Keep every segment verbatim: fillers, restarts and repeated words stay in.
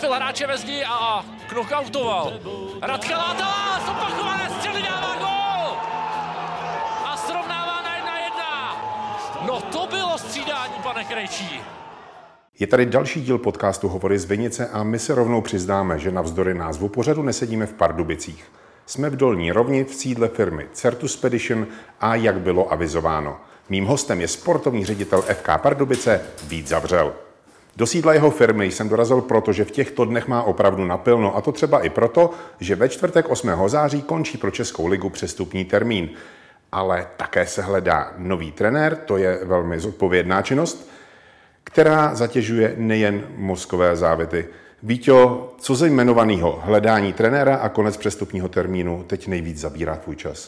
trefil hráče ve zdi a knockoutoval. Radka Látala z opakované střely dává gól! A srovnává na jedna jedna. No to bylo střídání, pane Krejčí. Je tady další díl podcastu Hovory z Vinice a my se rovnou přiznáme, že navzdory názvu pořadu nesedíme v Pardubicích. Jsme v Dolní Rovni v sídle firmy Certus Spedition a jak bylo avizováno. Mým hostem je sportovní ředitel F K Pardubice Vít Zavřel. Do sídla jeho firmy jsem dorazil proto, že v těchto dnech má opravdu napilno, a to třeba i proto, že ve čtvrtek osmého září končí pro Českou ligu přestupní termín. Ale také se hledá nový trenér, to je velmi zodpovědná činnost, která zatěžuje nejen mozkové závity. Víťo, co ze jmenovaného hledání trenéra a konec přestupního termínu teď nejvíc zabírá tvůj čas?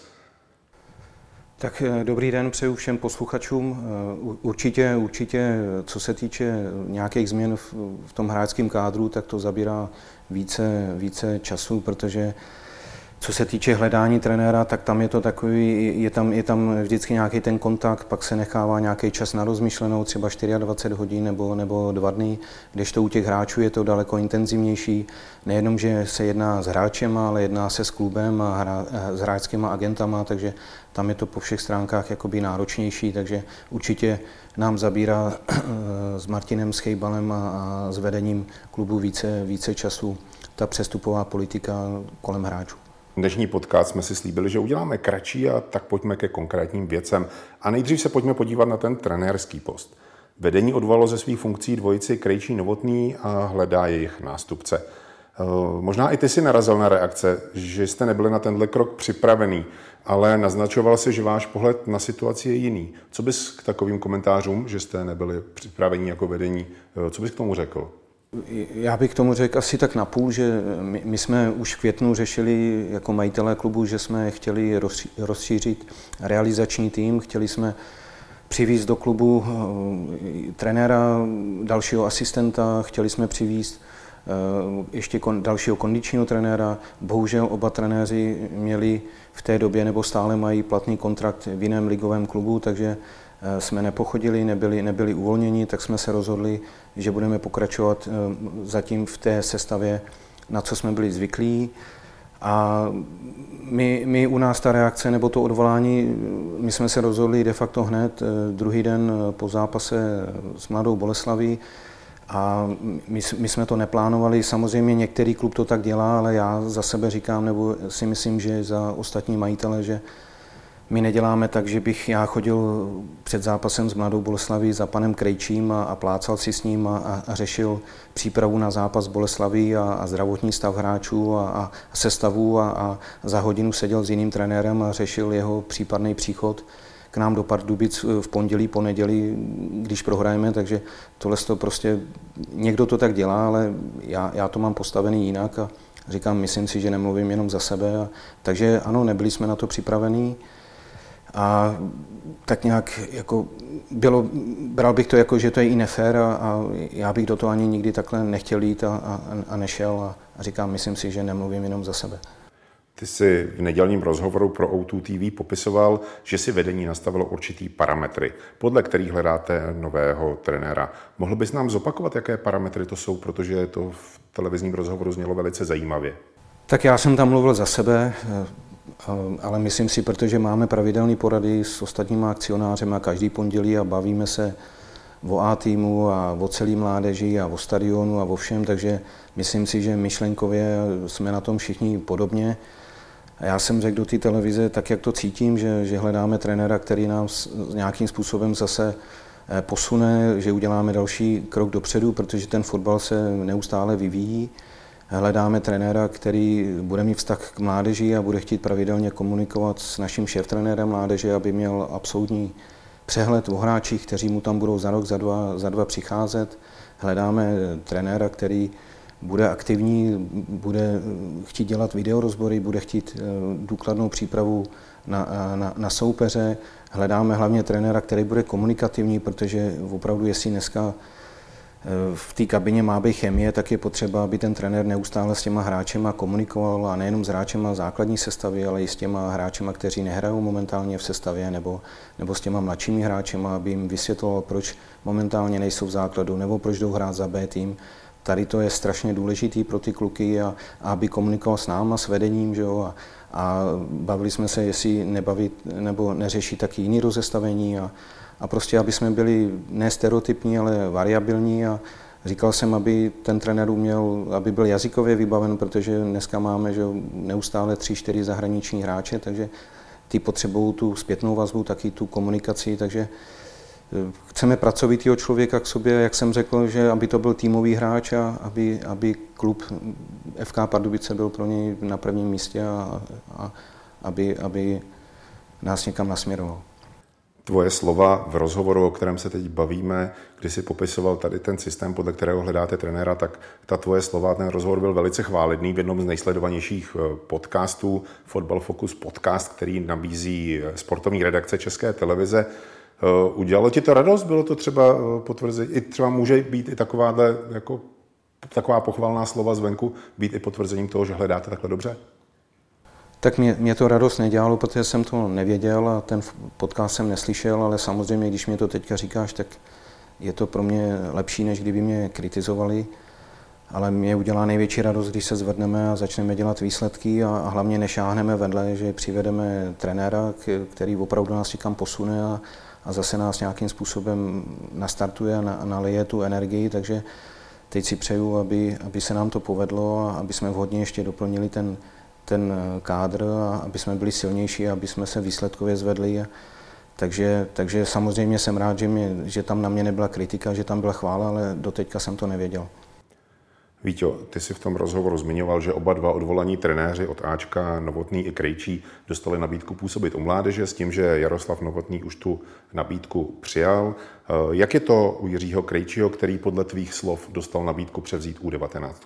Tak dobrý den, přeju všem posluchačům. Určitě, určitě, co se týče nějakých změn v, v tom hráčském kádru, tak to zabírá více, více času, protože co se týče hledání trenéra, tak tam je to takový, je tam, je tam vždycky nějaký ten kontakt, pak se nechává nějaký čas na rozmyšlenou, třeba dvacet čtyři hodin nebo, nebo dva dny, kdežto u těch hráčů je to daleko intenzivnější. Nejenom, že se jedná s hráčema, ale jedná se s klubem a hra, s hráčskýma agentama, takže tam je to po všech stránkách jakoby náročnější, takže určitě nám zabírá s Martinem Schejbalem a, a s vedením klubu více, více času ta přestupová politika kolem hráčů. Dnešní podcast jsme si slíbili, že uděláme kratší, a tak pojďme ke konkrétním věcem. A nejdřív se pojďme podívat na ten trenérský post. Vedení odvolalo ze svých funkcí dvojici Krejčí Novotný a hledá jejich nástupce. Možná i ty si narazil na reakce, že jste nebyli na tenhle krok připravený, ale naznačoval si, že váš pohled na situaci je jiný. Co bys k takovým komentářům, že jste nebyli připraveni jako vedení, co bys k tomu řekl? Já bych k tomu řekl asi tak napůl, že my, my jsme už v květnu řešili jako majitelé klubu, že jsme chtěli rozšířit realizační tým, chtěli jsme přivízt do klubu trenéra, dalšího asistenta, chtěli jsme přivízt ještě dalšího kondičního trenéra. Bohužel oba trenéři měli v té době nebo stále mají platný kontrakt v jiném ligovém klubu, takže jsme nepochodili, nebyli, nebyli uvolněni, tak jsme se rozhodli, že budeme pokračovat zatím v té sestavě, na co jsme byli zvyklí. A my, my u nás ta reakce nebo to odvolání, my jsme se rozhodli de facto hned druhý den po zápase s Mladou Boleslaví a my, my jsme to neplánovali. Samozřejmě některý klub to tak dělá, ale já za sebe říkám, nebo si myslím, že za ostatní majitele, že my neděláme tak, že bych já chodil před zápasem s Mladou Boleslaví za panem Krejčím a, a plácal si s ním a, a řešil přípravu na zápas Boleslaví a, a zdravotní stav hráčů a, a sestavu a, a za hodinu seděl s jiným trenérem a řešil jeho případný příchod k nám do Pardubic v pondělí, ponedělí, když prohrajeme, takže tohle to prostě, někdo to tak dělá, ale já, já to mám postavený jinak a říkám, myslím si, že nemluvím jenom za sebe. A, takže ano, nebyli jsme na to připravení. A tak nějak jako bylo, bral bych to jako, že to je i nefér a, a já bych do toho ani nikdy takhle nechtěl jít a, a, a nešel a, a říkám, myslím si, že nemluvím jenom za sebe. Ty jsi v nedělním rozhovoru pro O dva T V popisoval, že si vedení nastavilo určitý parametry, podle kterých hledáte nového trenéra. Mohl bys nám zopakovat, jaké parametry to jsou, protože to v televizním rozhovoru znělo velice zajímavě. Tak já jsem tam mluvil za sebe, ale myslím si, protože máme pravidelné porady s ostatními akcionářemi každý pondělí a bavíme se o A týmu a o celý mládeži a o stadionu a o všem, takže myslím si, že myšlenkově jsme na tom všichni podobně. A já jsem řekl do té televize, tak jak to cítím, že, že hledáme trenéra, který nám nějakým způsobem zase posune, že uděláme další krok dopředu, protože ten fotbal se neustále vyvíjí. Hledáme trenéra, který bude mít vztah k mládeži a bude chtít pravidelně komunikovat s naším šéftrenérem mládeže, aby měl absolutní přehled o hráčích, kteří mu tam budou za rok, za dva, za dva přicházet. Hledáme trenéra, který bude aktivní, bude chtít dělat videorozbory, bude chtít důkladnou přípravu na, na, na soupeře. Hledáme hlavně trenéra, který bude komunikativní, protože opravdu jestli dneska v té kabině má být chemie, tak je potřeba, aby ten trenér neustále s těma hráčema komunikoval a nejenom s hráčema základní sestavy, ale i s těma hráčema, kteří nehrajou momentálně v sestavě, nebo, nebo s těma mladšími hráčema, aby jim vysvětloval, proč momentálně nejsou v základu, nebo proč jdou hrát za B tým. tady to je strašně důležitý pro ty kluky a, a aby komunikoval s náma, s vedením, že jo, a, a bavili jsme se, jestli nebavit nebo neřešit taky jiný rozestavení a, a prostě, aby jsme byli ne stereotypní, ale variabilní a říkal jsem, aby ten trenér uměl, aby byl jazykově vybaven, protože dneska máme že neustále tři, čtyři zahraniční hráče, takže ty potřebují tu zpětnou vazbu, taky tu komunikaci, takže chceme pracovitýho člověka k sobě, jak jsem řekl, že aby to byl týmový hráč a aby, aby klub F K Pardubice byl pro něj na prvním místě a, a aby, aby nás někam nasměroval. Tvoje slova v rozhovoru, o kterém se teď bavíme, kdy jsi popisoval tady ten systém, podle kterého hledáte trenéra, tak ta tvoje slova, ten rozhovor byl velice chválidný v jednom z nejsledovanějších podcastů, Fotbal Focus podcast, který nabízí sportovní redakce České televize. Udělalo ti to radost? Bylo to třeba potvrzení? I třeba může být i takováhle, jako, taková pochvalná slova zvenku, být i potvrzením toho, že hledáte takhle dobře? Tak mě, mě to radost nedělalo, protože jsem to nevěděl a ten podcast jsem neslyšel, ale samozřejmě, když mě to teďka říkáš, tak je to pro mě lepší, než kdyby mě kritizovali. Ale mě udělá největší radost, když se zvedneme a začneme dělat výsledky a, a hlavně nešáhneme vedle, že přivedeme trenéra, který opravdu nás někam posune a, a zase nás nějakým způsobem nastartuje a, na, a naleje tu energii, takže teď si přeju, aby, aby se nám to povedlo a aby jsme vhodně ještě doplnili ten ten kádr a aby jsme byli silnější a aby jsme se výsledkově zvedli. A takže, takže samozřejmě jsem rád, že, mě, že tam na mě nebyla kritika, že tam byla chvála, ale doteďka jsem to nevěděl. Víťo, ty jsi v tom rozhovoru zmiňoval, že oba dva odvolaní trenéři od Ačka, Novotný i Krejčí, dostali nabídku působit u mládeže s tím, že Jaroslav Novotný už tu nabídku přijal. Jak je to u Jiřího Krejčího, který podle tvých slov dostal nabídku převzít U devatenáct?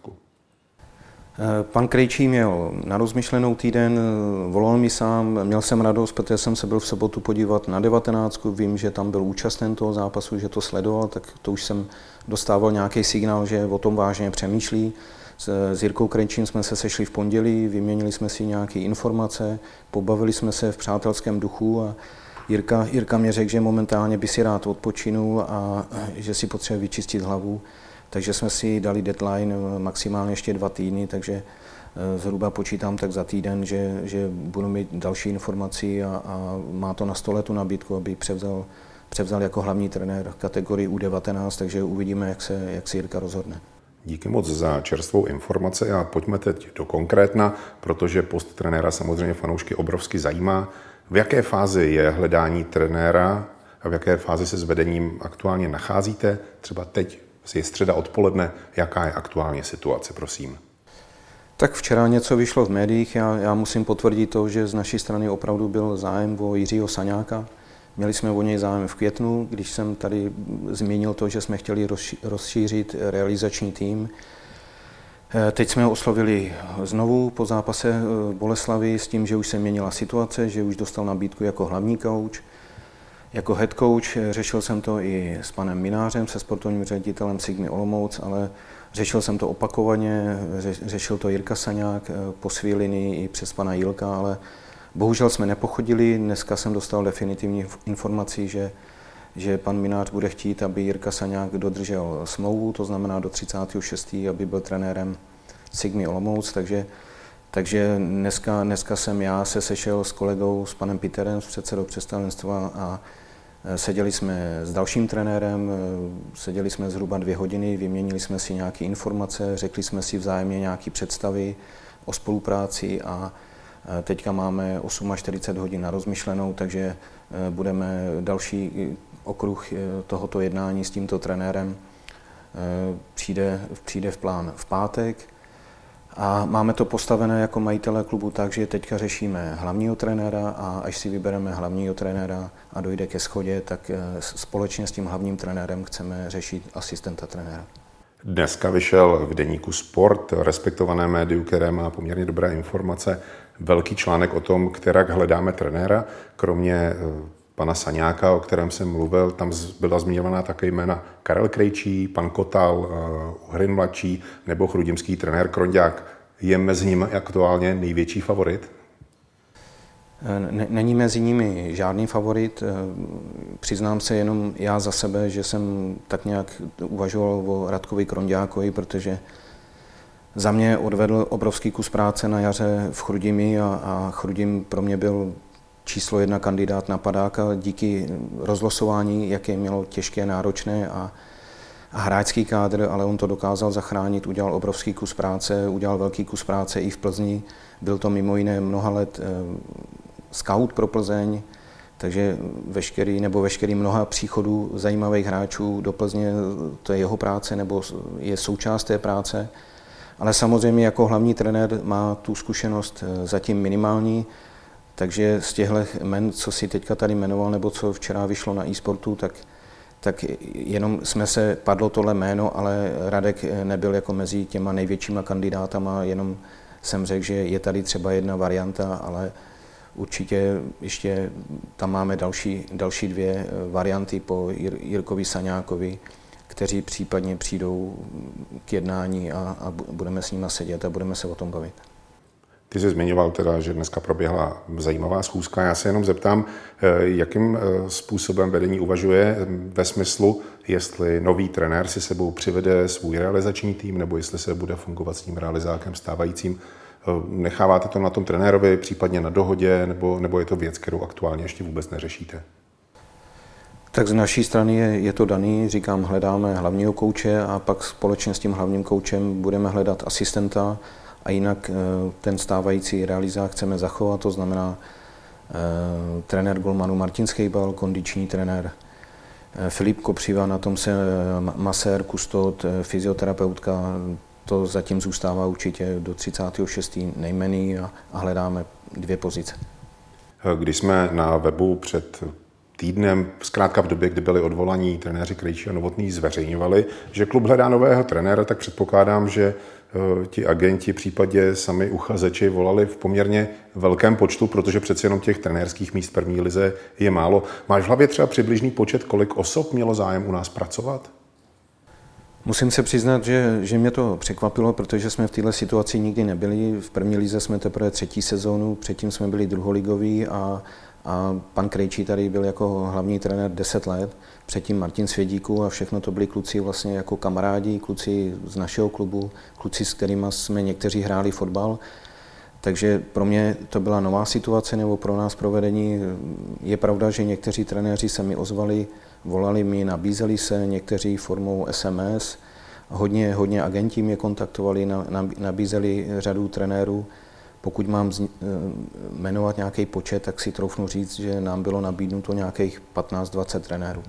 Pan Krejčí měl na rozmyšlenou týden, volal mi sám, měl jsem radost, protože jsem se byl v sobotu podívat na devatenáctku, vím, že tam byl účasten toho zápasu, že to sledoval, tak to už jsem dostával nějaký signál, že o tom vážně přemýšlí. S, s Jirkou Krejčím jsme se sešli v pondělí, vyměnili jsme si nějaké informace, pobavili jsme se v přátelském duchu a Jirka, Jirka mě řekl, že momentálně by si rád odpočinul a že si potřebuje vyčistit hlavu. Takže jsme si dali deadline maximálně ještě dva týdny, takže zhruba počítám tak za týden, že, že budu mít další informaci a, a má to na stole tu nabídku, aby převzal, převzal jako hlavní trenér kategorii U devatenáct, takže uvidíme, jak se, jak se Jirka rozhodne. Díky moc za čerstvou informaci a pojďme teď do konkrétna, protože post trenéra samozřejmě fanoušky obrovsky zajímá. V jaké fázi je hledání trenéra a v jaké fázi se s vedením aktuálně nacházíte? Třeba teď je středa odpoledne, jaká je aktuálně situace, prosím? Tak včera něco vyšlo v médiích, já, já musím potvrdit to, že z naší strany opravdu byl zájem o Jiřího Saňáka. Měli jsme o něj zájem v květnu, když jsem tady zmínil to, že jsme chtěli rozšířit realizační tým. Teď jsme ho oslovili znovu po zápase Boleslavy s tím, že už se měnila situace, že už dostal nabídku jako hlavní kouč. Jako head coach řešil jsem to i s panem Minářem, se sportovním ředitelem Sigmy Olomouc, ale řešil jsem to opakovaně, řešil to Jirka Saňák po své linii i přes pana Jilka, ale bohužel jsme nepochodili. Dneska jsem dostal definitivní informaci, že, že pan Minář bude chtít, aby Jirka Saňák dodržel smlouvu, to znamená do třicátého šestého aby byl trenérem Sigmy Olomouc, takže Takže dneska, dneska jsem já se sešel s kolegou, s panem Peterem, s předsedou představenstva a seděli jsme s dalším trenérem, seděli jsme zhruba dvě hodiny, vyměnili jsme si nějaké informace, řekli jsme si vzájemně nějaké představy o spolupráci a teďka máme čtyřicet osm hodin na rozmyšlenou, takže budeme další okruh tohoto jednání s tímto trenérem přijde, přijde v plán v pátek. A máme to postavené jako majitelé klubu tak, že teďka řešíme hlavního trenéra a až si vybereme hlavního trenéra a dojde ke shodě, tak společně s tím hlavním trenérem chceme řešit asistenta trenéra. Dneska vyšel v deníku Sport, respektované médium, které má poměrně dobré informace, velký článek o tom, kterak hledáme trenéra. Kromě pana Saňáka, o kterém jsem mluvil, tam byla zmiňovaná také jména Karel Krejčí, pan Kotal, Uhrin mladší nebo chrudimský trenér Kronďák. Je mezi nimi aktuálně největší favorit? Není mezi nimi žádný favorit. Přiznám se jenom já za sebe, že jsem tak nějak uvažoval o Radkovi Kronďákovi, protože za mě odvedl obrovský kus práce na jaře v Chrudimi a, a Chrudim pro mě byl číslo jedna kandidát na padáka díky rozlosování, jaké mělo těžké, náročné a, a hráčský kádr, ale on to dokázal zachránit, udělal obrovský kus práce, udělal velký kus práce i v Plzni. Byl to mimo jiné mnoha let scout pro Plzeň, takže veškerý, nebo veškerý mnoha příchodů zajímavých hráčů do Plzně, to je jeho práce nebo je součást té práce. Ale samozřejmě jako hlavní trenér má tu zkušenost zatím minimální, takže z těchto men, co si teďka tady jmenoval, nebo co včera vyšlo na e-sportu, tak, tak jenom jsme se, padlo tohle jméno, ale Radek nebyl jako mezi těma největšíma kandidátama, jenom jsem řekl, že je tady třeba jedna varianta, ale určitě ještě tam máme další, další dvě varianty po Jirkovi Saňákovi, kteří případně přijdou k jednání a, a budeme s nimi sedět a budeme se o tom bavit. Ty jsi zmiňoval teda, že dneska proběhla zajímavá schůzka. Já se jenom zeptám, jakým způsobem vedení uvažuje ve smyslu, jestli nový trenér si sebou přivede svůj realizační tým, nebo jestli se bude fungovat s tím realizákem stávajícím. Necháváte to na tom trenérovi, případně na dohodě, nebo, nebo je to věc, kterou aktuálně ještě vůbec neřešíte? Tak z naší strany je, je to daný, říkám, hledáme hlavního kouče a pak společně s tím hlavním koučem budeme hledat asistenta a jinak ten stávající realizák chceme zachovat, to znamená eh, trenér golmanu Martin Schejbal, kondiční trenér eh, Filip Kopřiva, na tom se eh, masér, kustot, eh, fyzioterapeutka, to zatím zůstává určitě do třicátého šestého nejmenný a, a hledáme dvě pozice. Když jsme na webu před týdnem, zkrátka v době, kdy byli odvolaní trenéři Krejčí a Novotný, zveřejňovali, že klub hledá nového trenéra, tak předpokládám, že uh, ti agenti, případně sami uchazeči volali v poměrně velkém počtu, protože přeci jenom těch trenérských míst v první lize je málo. Máš v hlavě třeba přibližný počet, kolik osob mělo zájem u nás pracovat? Musím se přiznat, že, že mě to překvapilo, protože jsme v této situaci nikdy nebyli. V první lize jsme teprve třetí sezónu, předtím jsme byli druholigoví a A pan Krejčí tady byl jako hlavní trenér deset let, předtím Martin Svědíku a všechno to byli kluci vlastně jako kamarádi, kluci z našeho klubu, kluci, s kterými jsme někteří hráli fotbal. Takže pro mě to byla nová situace, nebo pro nás provedení. Je pravda, že někteří trenéři se mi ozvali, volali mi, nabízeli se, někteří formou es em es, hodně, hodně agenti mě kontaktovali, nabízeli řadu trenérů. Pokud mám jmenovat nějaký počet, tak si troufnu říct, že nám bylo nabídnuto nějakých patnáct dvacet trenérů.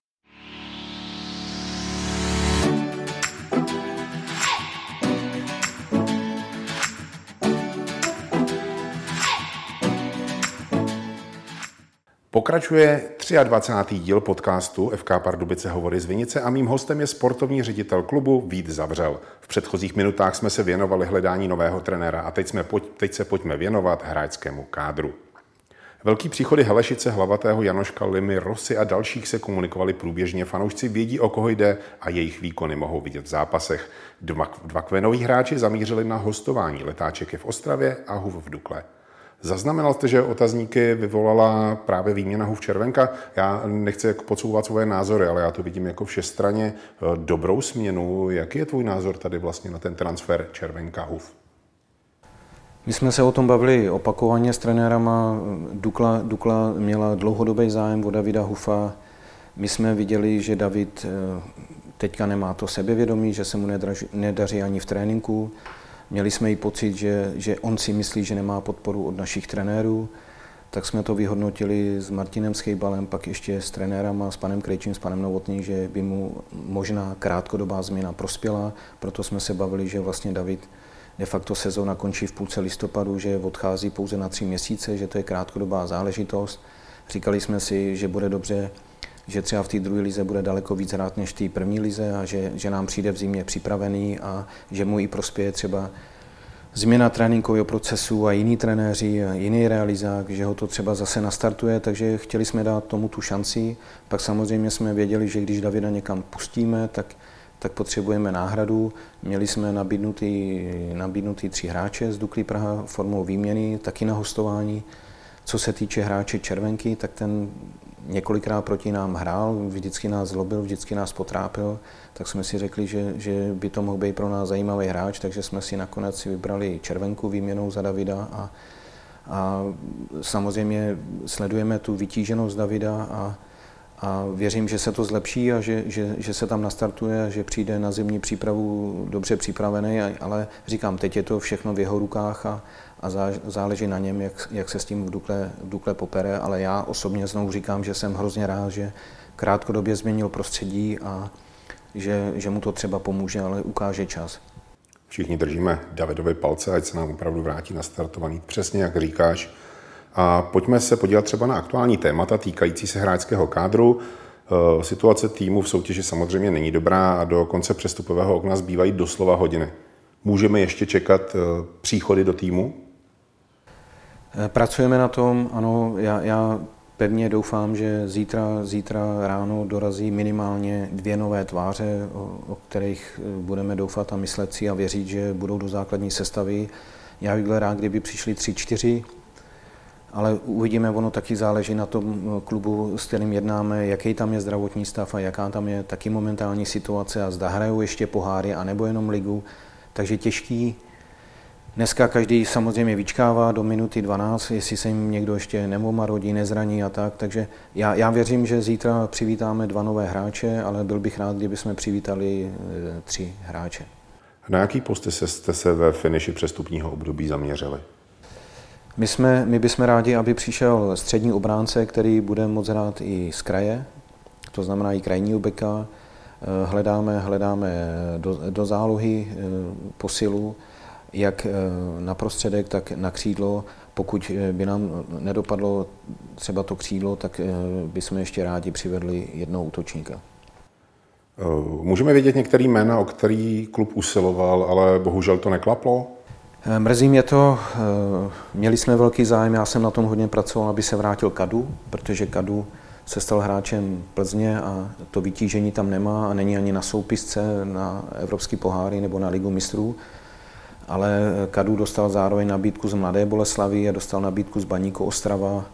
Pokračuje dvacátý třetí díl podcastu F K Pardubice hovory z Vinice a mým hostem je sportovní ředitel klubu Vít Zavřel. V předchozích minutách jsme se věnovali hledání nového trenéra a teď, jsme, teď se pojďme věnovat hráčskému kádru. Velký příchody Helešice, Hlavatého, Janoška, Limy, Rosy a dalších se komunikovali průběžně. Fanoušci vědí, o koho jde a jejich výkony mohou vidět v zápasech. Dva, dva kvenoví hráči zamířili na hostování. Letáček je v Ostravě a Huv v Dukle. Zaznamenal jste, že otazníky vyvolala právě výměna Huv Červenka? Já nechci podsouvat svoje názory, ale já to vidím jako všestranně dobrou směnu. Jaký je tvůj názor tady vlastně na ten transfer Červenka Huv? My jsme se o tom bavili opakovaně s trenérama. Dukla, Dukla měla dlouhodobý zájem o Davida Hufa. My jsme viděli, že David teďka nemá to sebevědomí, že se mu nedaří, nedaří ani v tréninku. Měli jsme i pocit, že, že on si myslí, že nemá podporu od našich trenérů, tak jsme to vyhodnotili s Martinem Schejbalem, pak ještě s trenérama, s panem Krejčím, s panem Novotným, že by mu možná krátkodobá změna prospěla, proto jsme se bavili, že vlastně David de facto sezóna končí v půlce listopadu, že odchází pouze na tři měsíce, že to je krátkodobá záležitost. Říkali jsme si, že bude dobře, že třeba v té druhé lize bude daleko víc hrát než v té první lize a že, že nám přijde v zimě připravený a že mu i prospěje třeba změna tréninkového procesu a jiní trenéři a jiný realizák, že ho to třeba zase nastartuje, takže chtěli jsme dát tomu tu šanci. Pak samozřejmě jsme věděli, že když Davida někam pustíme, tak, tak potřebujeme náhradu. Měli jsme nabídnutý, nabídnutý tři hráče z Dukly Praha formou výměny, taky na hostování. Co se týče hráče červenky, tak ten několikrát proti nám hrál, vždycky nás zlobil, vždycky nás potrápil, tak jsme si řekli, že, že by to mohl být pro nás zajímavý hráč, takže jsme si nakonec si vybrali červenku výměnou za Davida a, a samozřejmě sledujeme tu vytíženost Davida a, a věřím, že se to zlepší a že, že, že se tam nastartuje a že přijde na zimní přípravu dobře připravený, ale říkám, teď je to všechno v jeho rukách a, a záleží na něm, jak, jak se s tím v Dukle, v Dukle popere, ale já osobně znovu říkám, že jsem hrozně rád, že krátkodobě změnil prostředí a že, že mu to třeba pomůže, ale ukáže čas. Všichni držíme Davidovi palce, ať se nám opravdu vrátí nastartovaný, přesně jak říkáš. A pojďme se podívat třeba na aktuální témata týkající se hráčského kádru. Situace týmu v soutěži samozřejmě není dobrá a do konce přestupového okna zbývají doslova hodiny. Můžeme ještě čekat příchody do týmu? Pracujeme na tom, ano, já, já pevně doufám, že zítra, zítra ráno dorazí minimálně dvě nové tváře, o, o kterých budeme doufat a myslet si a věřit, že budou do základní sestavy. Já bych byl rád, kdyby přišli tři, čtyři, ale uvidíme, ono taky záleží na tom klubu, s kterým jednáme, jaký tam je zdravotní stav a jaká tam je taky momentální situace a zda hrajou ještě poháry, anebo jenom ligu, takže těžký. Dneska každý samozřejmě vyčkává do minuty dvanáct, jestli se jim někdo ještě neomarodí, nezraní a tak. Takže já, já věřím, že zítra přivítáme dva nové hráče, ale byl bych rád, kdyby jsme přivítali e, tři hráče. Na jaký posty jste se ve finiši přestupního období zaměřili? My, jsme, my bychom rádi, aby přišel střední obránce, který bude moc hrát i z kraje, to znamená i krajního beka. Hledáme, hledáme do, do zálohy e, posilu, jak na prostředek, tak na křídlo. Pokud by nám nedopadlo třeba to křídlo, tak bychom ještě rádi přivedli jednoho útočníka. Můžeme vědět některý jména, o který klub usiloval, ale bohužel to neklaplo? Mrzí mě to. Měli jsme velký zájem, já jsem na tom hodně pracoval, aby se vrátil Kadu, protože Kadu se stal hráčem Plzně a to vytížení tam nemá a není ani na soupisce na Evropský poháry nebo na Ligu mistrů. Ale Kadu dostal zároveň nabídku z Mladé Boleslavi a dostal nabídku z Baníku Ostrava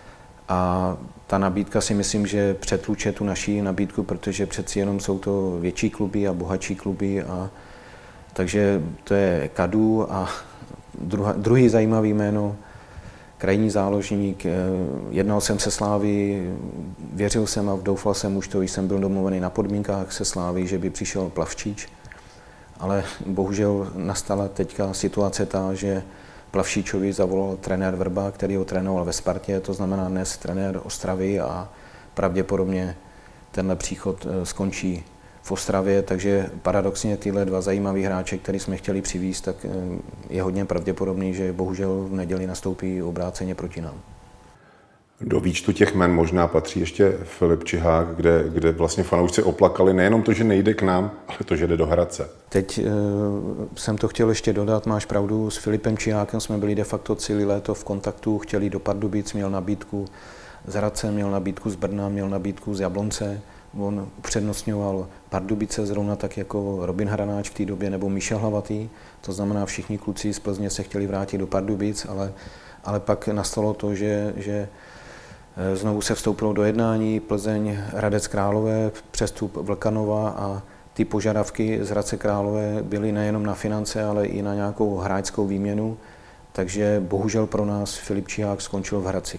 a ta nabídka si myslím, že přetluče tu naší nabídku, protože přeci jenom jsou to větší kluby a bohatší kluby a takže to je Kadu a druha, druhý zajímavý jméno, krajní záložník. Jednal jsem se Sláví, věřil jsem a doufal jsem už to, když jsem byl domluvený na podmínkách se Sláví, že by přišel Plavčič. Ale bohužel nastala teďka situace ta, že Plavšičovi zavolal trenér Vrba, který ho trénoval ve Spartě, to znamená dnes trenér Ostravy a pravděpodobně tenhle příchod skončí v Ostravě, takže paradoxně tyhle dva zajímavý hráče, který jsme chtěli přivést, tak je hodně pravděpodobný, že bohužel v neděli nastoupí obráceně proti nám. Do výčtu těch jmen možná patří ještě Filip Čihák, kde, kde vlastně fanoušci oplakali nejenom to, že nejde k nám, ale to, že jde do Hradce. Teď e, jsem to chtěl ještě dodat, máš pravdu, s Filipem Čihákem jsme byli de facto celý léto v kontaktu, chtěli do Pardubic, měl nabídku z Hradce, měl nabídku z Brna, měl nabídku z Jablonce, on upřednostňoval Pardubice zrovna tak jako Robin Hranáč v té době nebo Michal Hlavatý, to znamená všichni kluci z Plzně se chtěli vrátit do Pardubic, ale, ale pak nastalo to, že, že znovu se vstoupilo do jednání Plzeň, Hradec Králové, přestup Vlkanova a ty požadavky z Hradce Králové byly nejenom na finance, ale i na nějakou hráčskou výměnu, takže bohužel pro nás Filip Čihák skončil v Hradci.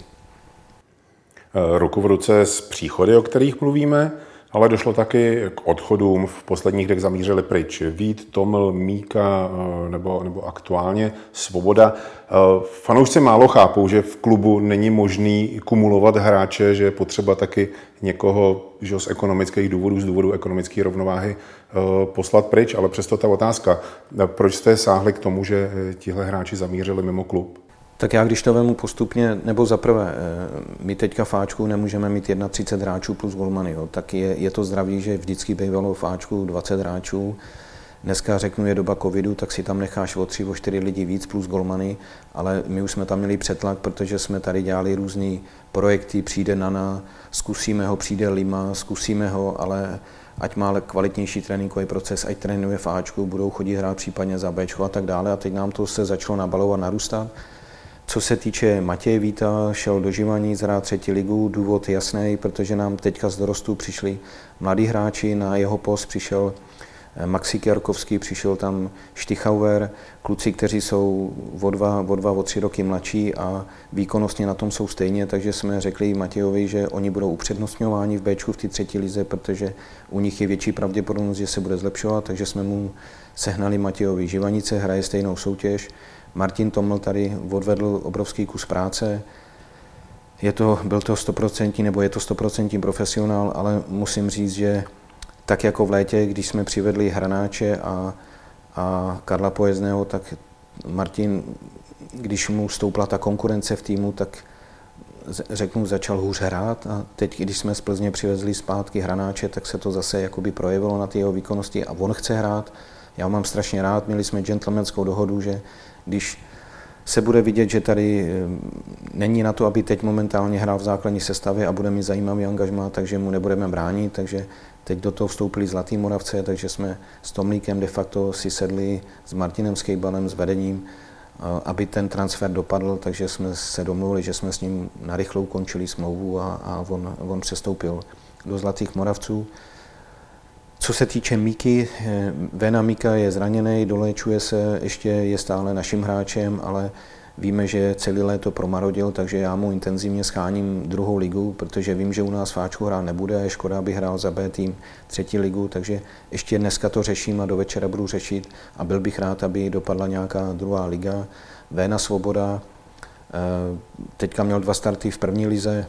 Ruku v ruce s příchody, o kterých mluvíme, ale došlo taky k odchodům. V posledních dnech zamířili pryč Vít, Toml, Míka nebo, nebo aktuálně Svoboda. Fanoušci málo chápou, že v klubu není možný kumulovat hráče, že je potřeba taky někoho, že z ekonomických důvodů, z důvodu ekonomické rovnováhy poslat pryč, ale přesto ta otázka, proč jste sáhli k tomu, že tihle hráči zamířili mimo klub? Tak já když to vemu postupně, nebo zaprvé, my teďka v Áčku nemůžeme mít třicet jedna hráčů plus golmany, jo. Tak je, je to zdravý, že vždycky bývalo v Áčku dvacet hráčů. Dneska řeknu, je doba covidu, tak si tam necháš o tři, o čtyři lidi víc plus golmany, ale my už jsme tam měli přetlak, protože jsme tady dělali různé projekty, přijde Nana, zkusíme ho, přijde Lima, zkusíme ho, ale ať má kvalitnější tréninkový proces, ať trénuje v Áčku, budou chodit hrát případně za Béčko a tak dále a teď nám to se začalo nabalovat, narůstat. Co se týče Matěje Víta, šel do Živanic hrát třetí ligu, důvod jasný, protože nám teďka z dorostu přišli mladí hráči, na jeho post přišel Maxik Jarkovský, přišel tam Štychauer, kluci, kteří jsou o dva, o dva, o tři roky mladší a výkonnostně na tom jsou stejně, takže jsme řekli Matějovi, že oni budou upřednostňováni v Béčku v té třetí lize, protože u nich je větší pravděpodobnost, že se bude zlepšovat, takže jsme mu sehnali Matějovi Živanice, hraje stejnou soutěž. Martin Toml tady odvedl obrovský kus práce. Je to, byl to stoprocentní, nebo je to stoprocentní profesionál, ale musím říct, že tak jako v létě, když jsme přivedli Hranáče a, a Karla Pojezdného, tak Martin, když mu stoupla ta konkurence v týmu, tak řeknu, začal hůř hrát a teď, když jsme z Plzně přivezli zpátky Hranáče, tak se to zase jakoby projevilo na té jeho výkonnosti a on chce hrát. Já mám strašně rád, měli jsme gentlemanskou dohodu, že když se bude vidět, že tady není na to, aby teď momentálně hrál v základní sestavě a bude mít zajímavý angažmá, takže mu nebudeme bránit, takže teď do toho vstoupili Zlatý Moravce, takže jsme s Tomlíkem de facto si sedli s Martinem Skejbalem, s vedením, aby ten transfer dopadl, takže jsme se domluvili, že jsme s ním narychlo ukončili smlouvu a, a on, on přestoupil do Zlatých Moravců. Co se týče Míky, Vena Míka je zraněný, doléčuje se, ještě je stále naším hráčem, ale víme, že celý léto promarodil, takže já mu intenzivně scháním druhou ligu, protože vím, že u nás v Áčku hrát nebude a je škoda, aby hrál za B tým třetí ligu, takže ještě dneska to řeším a do večera budu řešit a byl bych rád, aby dopadla nějaká druhá liga. Véna Svoboda, teďka měl dva starty v první lize.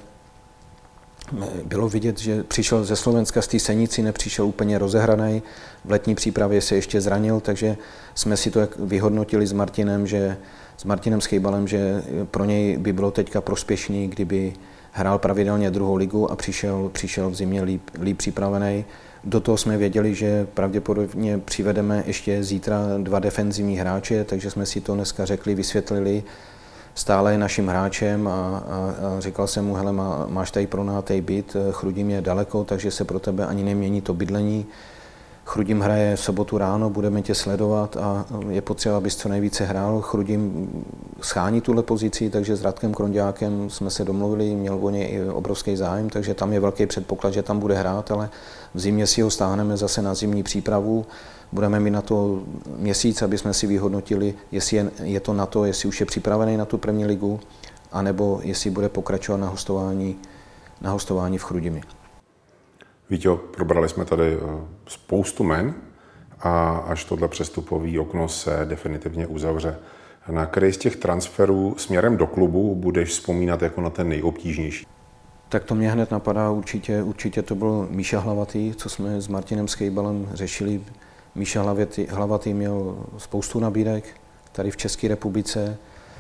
Bylo vidět, že přišel ze Slovenska z té Senici, nepřišel úplně rozehraný, v letní přípravě se ještě zranil, takže jsme si to vyhodnotili s Martinem, že s Martinem Skejbalem, že pro něj by bylo teďka prospěšný, kdyby hrál pravidelně druhou ligu a přišel, přišel v zimě líp, líp připravený. Do toho jsme věděli, že pravděpodobně přivedeme ještě zítra dva defenzivní hráče, takže jsme si to dneska řekli, vysvětlili. Stále je naším hráčem a, a, a říkal jsem mu, hele, má, máš tady pronátej byt, Chrudim je daleko, takže se pro tebe ani nemění to bydlení. Chrudim hraje v sobotu ráno, budeme tě sledovat a je potřeba, abys co nejvíce hrál. Chrudim schání tuhle pozici, takže s Radkem Kronďákem jsme se domluvili, měl o něj i obrovský zájem, takže tam je velký předpoklad, že tam bude hrát, ale v zimě si ho stáhneme zase na zimní přípravu. Budeme mít na to měsíc, aby jsme si vyhodnotili, jestli je, je to na to, jestli už je připravený na tu první ligu, anebo jestli bude pokračovat na hostování, na hostování v Chrudimi. Víťo, probrali jsme tady spoustu men a až tohle přestupový okno se definitivně uzavře. Na který z těch transferů směrem do klubu budeš vzpomínat jako na ten nejobtížnější? Tak to mě hned napadá, určitě, určitě to byl Míša Hlavatý, co jsme s Martinem Skejbalem řešili. Míša Hlavatý, Hlavatý měl spoustu nabídek tady v České republice.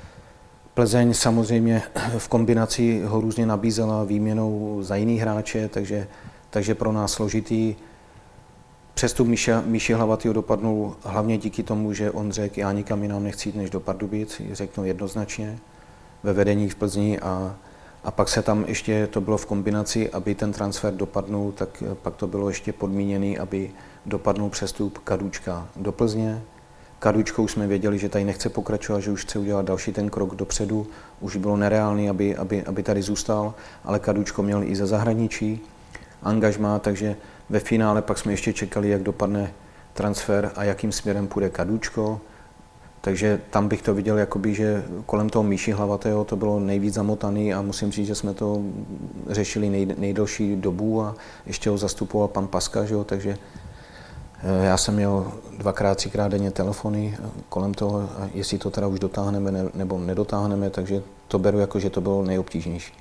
Plzeň samozřejmě v kombinaci ho různě nabízela výměnou za jiný hráče, takže, takže pro nás složitý. Přestup Míša, Míši Hlavatýho dopadnul hlavně díky tomu, že on řekl, já nikam jinam nechci jít než do Pardubic, řeknu jednoznačně, ve vedení v Plzni a, a pak se tam ještě, to bylo v kombinaci, aby ten transfer dopadnul, tak pak to bylo ještě podmíněný, aby dopadnul přestup Kadůčka do Plzně. Kadůčkou jsme věděli, že tady nechce pokračovat, že už chce udělat další ten krok dopředu. Už bylo nereálný, aby, aby, aby tady zůstal, ale Kadůčko měl i ze zahraničí angažmá, takže ve finále pak jsme ještě čekali, jak dopadne transfer a jakým směrem půjde Kadůčko. Takže tam bych to viděl, jakoby, že kolem toho Míši Hlavatého to bylo nejvíc zamotaný a musím říct, že jsme to řešili nej, nejdelší dobu a ještě ho zastupoval pan Paska, že jo, takže já jsem měl dvakrát, třikrát denně telefony kolem toho, jestli to teda už dotáhneme ne, nebo nedotáhneme, takže to beru jako, že to bylo nejobtížnější.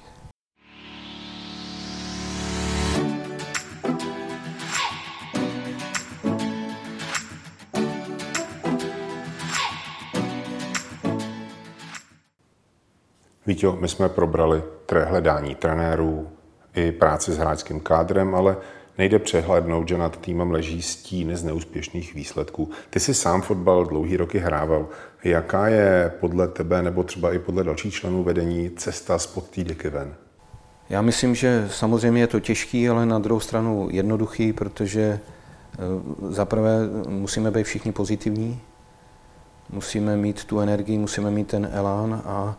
Víťo, my jsme probrali hledání trenérů i práci s hráčským kádrem, ale nejde přehlédnout, že nad týmem leží stín z neúspěšných výsledků. Ty jsi sám fotbal dlouhý roky hrával. Jaká je podle tebe nebo třeba i podle dalších členů vedení cesta spod té deky ven? Já myslím, že samozřejmě je to těžký, ale na druhou stranu jednoduchý, protože zaprvé musíme být všichni pozitivní, musíme mít tu energii, musíme mít ten elán a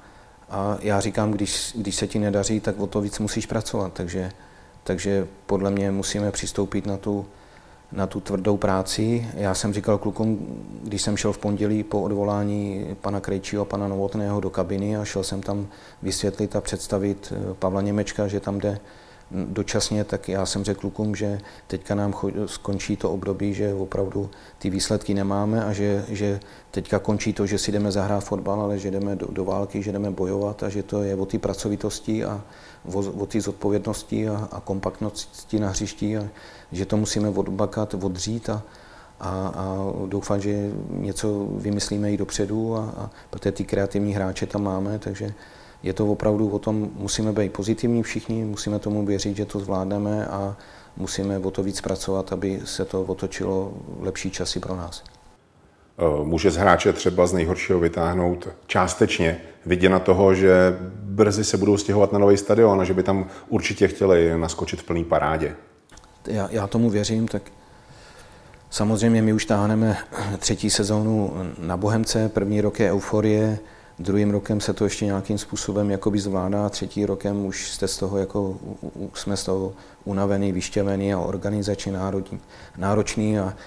a já říkám, když, když se ti nedaří, tak o to víc musíš pracovat, takže, takže podle mě musíme přistoupit na tu, na tu tvrdou práci. Já jsem říkal klukům, když jsem šel v pondělí po odvolání pana Krejčího a pana Novotného do kabiny a šel jsem tam vysvětlit a představit Pavla Němečka, že tam jde dočasně, tak já jsem řekl klukům, že teďka nám skončí to období, že opravdu ty výsledky nemáme a že, že teďka končí to, že si jdeme zahrát fotbal, ale že jdeme do, do války, že jdeme bojovat a že to je o ty pracovitosti a o, o ty zodpovědnosti a, a kompaktnosti na hřišti a že to musíme odbakat, odřít a, a, a doufám, že něco vymyslíme i dopředu, a, a protože ty kreativní hráče tam máme, takže je to opravdu o tom, musíme být pozitivní všichni, musíme tomu věřit, že to zvládneme a musíme o to víc pracovat, aby se to otočilo lepší časy pro nás. Může z hráče třeba z nejhoršího vytáhnout částečně viděna toho, že brzy se budou stěhovat na nový stadion a že by tam určitě chtěli naskočit v plný parádě? Já, já tomu věřím, tak samozřejmě my už táhneme třetí sezónu na Bohemce, první rok je euforie, druhým rokem se to ještě nějakým způsobem jakoby zvládá, třetí rokem už jste z toho jako, jsme z toho unavený, vyšťavený a organizačně národní, náročný a,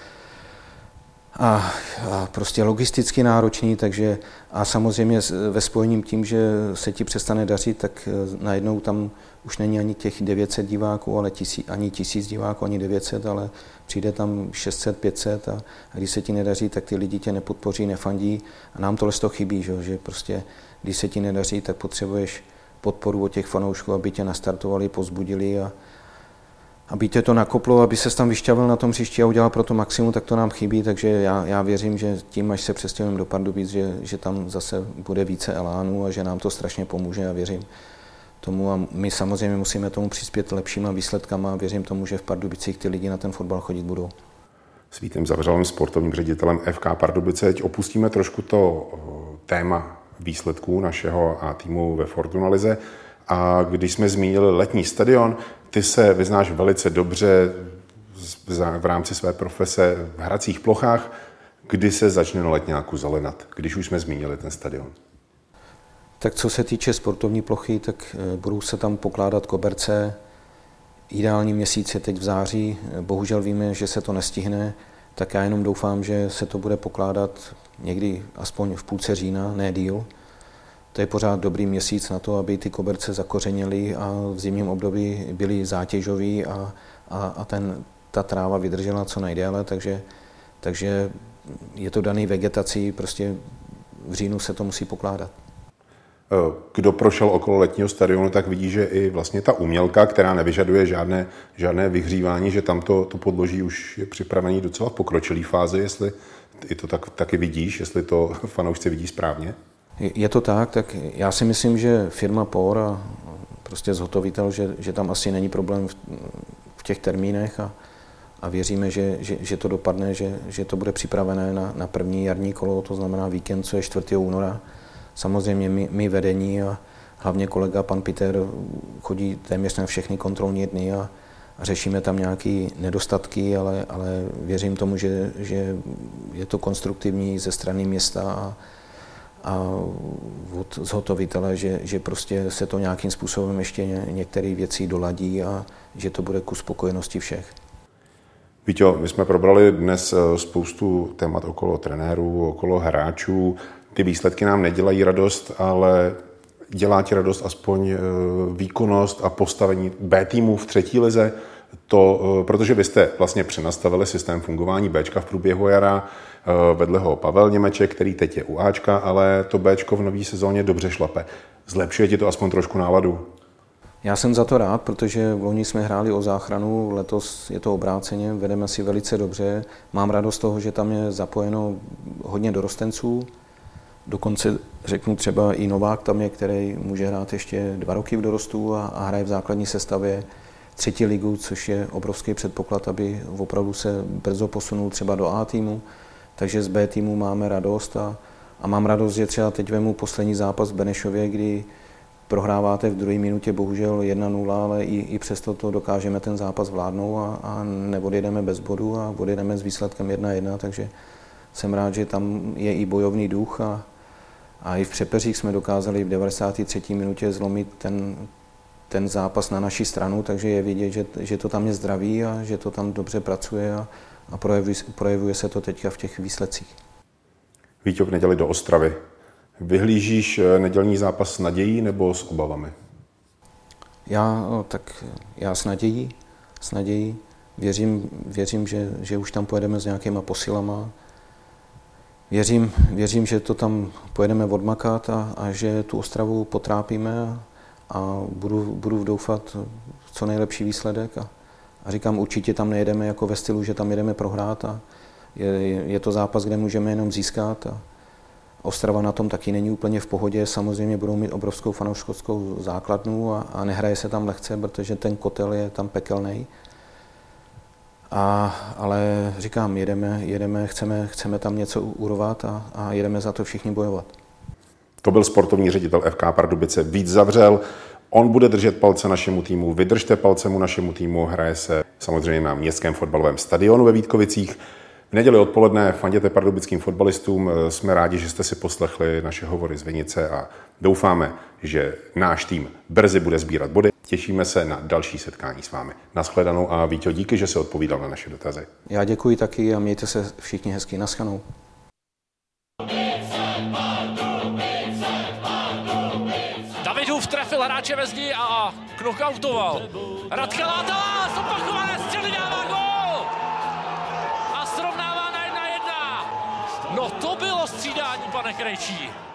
a, a prostě logisticky náročný, takže a samozřejmě ve spojením tím, že se ti přestane dařit, tak najednou tam už není ani těch devět set diváků, ale tisí, ani tisíc diváků, ani devět set, ale přijde tam šest set, pět set a, a když se ti nedaří, tak ty lidi tě nepodpoří, nefandí a nám tohle z toho chybí, že, že prostě když se ti nedaří, tak potřebuješ podporu od těch fanoušků, aby tě nastartovali, pozbudili a aby tě to nakoplo, aby ses tam vyšťavil na tom hřišti a udělal pro to maximum, tak to nám chybí, takže já, já věřím, že tím, až se přestěhujeme do Pardubic, že, že tam zase bude více elánu a že nám to strašně pomůže a věřím tomu a my samozřejmě musíme tomu přispět lepšíma výsledkama a věřím tomu, že v Pardubicích ty lidi na ten fotbal chodit budou. S Vítem Zavřelým, sportovním ředitelem F K Pardubice, teď opustíme trošku to téma výsledků našeho a týmu ve Fortuna lize a když jsme zmínili letní stadion, ty se vyznáš velice dobře v rámci své profese v hracích plochách. Kdy se začne na letňáku zelenat, když už jsme zmínili ten stadion? Tak co se týče sportovní plochy, tak budou se tam pokládat koberce. Ideální měsíc je teď v září, bohužel víme, že se to nestihne, tak já jenom doufám, že se to bude pokládat někdy aspoň v půlce října, ne díl. To je pořád dobrý měsíc na to, aby ty koberce zakořenily a v zimním období byly zátěžový a, a, a ten, ta tráva vydržela co nejdéle, takže, takže je to daný vegetací, prostě v říjnu se to musí pokládat. Kdo prošel okolo letního stadionu, tak vidí, že i vlastně ta umělka, která nevyžaduje žádné, žádné vyhřívání, že tam to, to podloží už je připravený docela v pokročilé fázi, jestli i to tak, taky vidíš, jestli to fanoušci vidí správně? Je to tak, tak já si myslím, že firma P O R a prostě zhotovitel, že, že tam asi není problém v, v těch termínech a, a věříme, že, že, že to dopadne, že, že to bude připravené na, na první jarní kolo, to znamená víkend, co je čtvrtého února. Samozřejmě my, my vedení a hlavně kolega pan Peter chodí téměř na všechny kontrolní dny a, a řešíme tam nějaké nedostatky, ale, ale věřím tomu, že, že je to konstruktivní ze strany města a, a od zhotovitele, že, že prostě se to nějakým způsobem ještě ně, některé věci doladí a že to bude ku spokojenosti všech. Víťo, my jsme probrali dnes spoustu témat okolo trenérů, okolo hráčů. Ty výsledky nám nedělají radost, ale dělá ti radost aspoň výkonnost a postavení B týmu v třetí lize. To, protože vy jste vlastně přenastavili systém fungování Bčka v průběhu jara, vedle ho Pavel Němeček, který teď je u Ačka, ale to Bčko v nový sezóně dobře šlape. Zlepšuje ti to aspoň trošku náladu? Já jsem za to rád, protože v loni jsme hráli o záchranu, letos je to obráceně, vedeme si velice dobře. Mám radost z toho, že tam je zapojeno hodně dorostenců, dokonce řeknu třeba i Novák tam je, který může hrát ještě dva roky v dorostu a, a hraje v základní sestavě třetí ligu, což je obrovský předpoklad, aby opravdu se brzo posunul třeba do A týmu. Takže z B týmu máme radost a, a mám radost, že třeba teď vemu poslední zápas v Benešově, kdy prohráváte v druhé minutě bohužel jedna nula, ale i, i přesto to dokážeme ten zápas vládnout a, a neodjedeme bez bodu a odjedeme s výsledkem jedna jedna, takže jsem rád, že tam je i bojovný duch a, A i v Přepeřích jsme dokázali v devadesáté třetí minutě zlomit ten, ten zápas na naši stranu, takže je vidět, že, že to tam je zdravý a že to tam dobře pracuje a, a projevuje, projevuje se to teďka v těch výsledcích. Víťo, v neděli do Ostravy. Vyhlížíš nedělní zápas s nadějí nebo s obavami? Já, tak, já s nadějí, s nadějí. Věřím, věřím že, že už tam pojedeme s nějakýma posilama. Věřím, věřím, že to tam pojedeme odmakat a, a že tu Ostravu potrápíme a, a budu, budu doufat v co nejlepší výsledek. A, a říkám, určitě tam nejedeme jako ve stylu, že tam jedeme prohrát. A je, je to zápas, kde můžeme jenom získat. A Ostrava na tom taky není úplně v pohodě. Samozřejmě budou mít obrovskou fanouškovskou základnu a, a nehraje se tam lehce, protože ten kotel je tam pekelný. A, ale říkám, jedeme, jedeme chceme, chceme tam něco urovat a, a jedeme za to všichni bojovat. To byl sportovní ředitel F K Pardubice Vít Zavřel. On bude držet palce našemu týmu, vydržte palce mu našemu týmu, hraje se samozřejmě na městském fotbalovém stadionu ve Vítkovicích. V neděli odpoledne fanděte pardubickým fotbalistům. Jsme rádi, že jste si poslechli naše hovory z Vinice a doufáme, že náš tým brzy bude sbírat body. Těšíme se na další setkání s vámi. Naschledanou a Víťo, díky, že se odpovídal na naše dotazy. Já děkuji taky a mějte se všichni hezky. Naschledanou. Davidův trefil hráče ve zdi a knockoutoval. Radka Látala, zopakované střely, dává gól! A srovnává na jedna jedna. No to bylo střídání, pane Krejčí.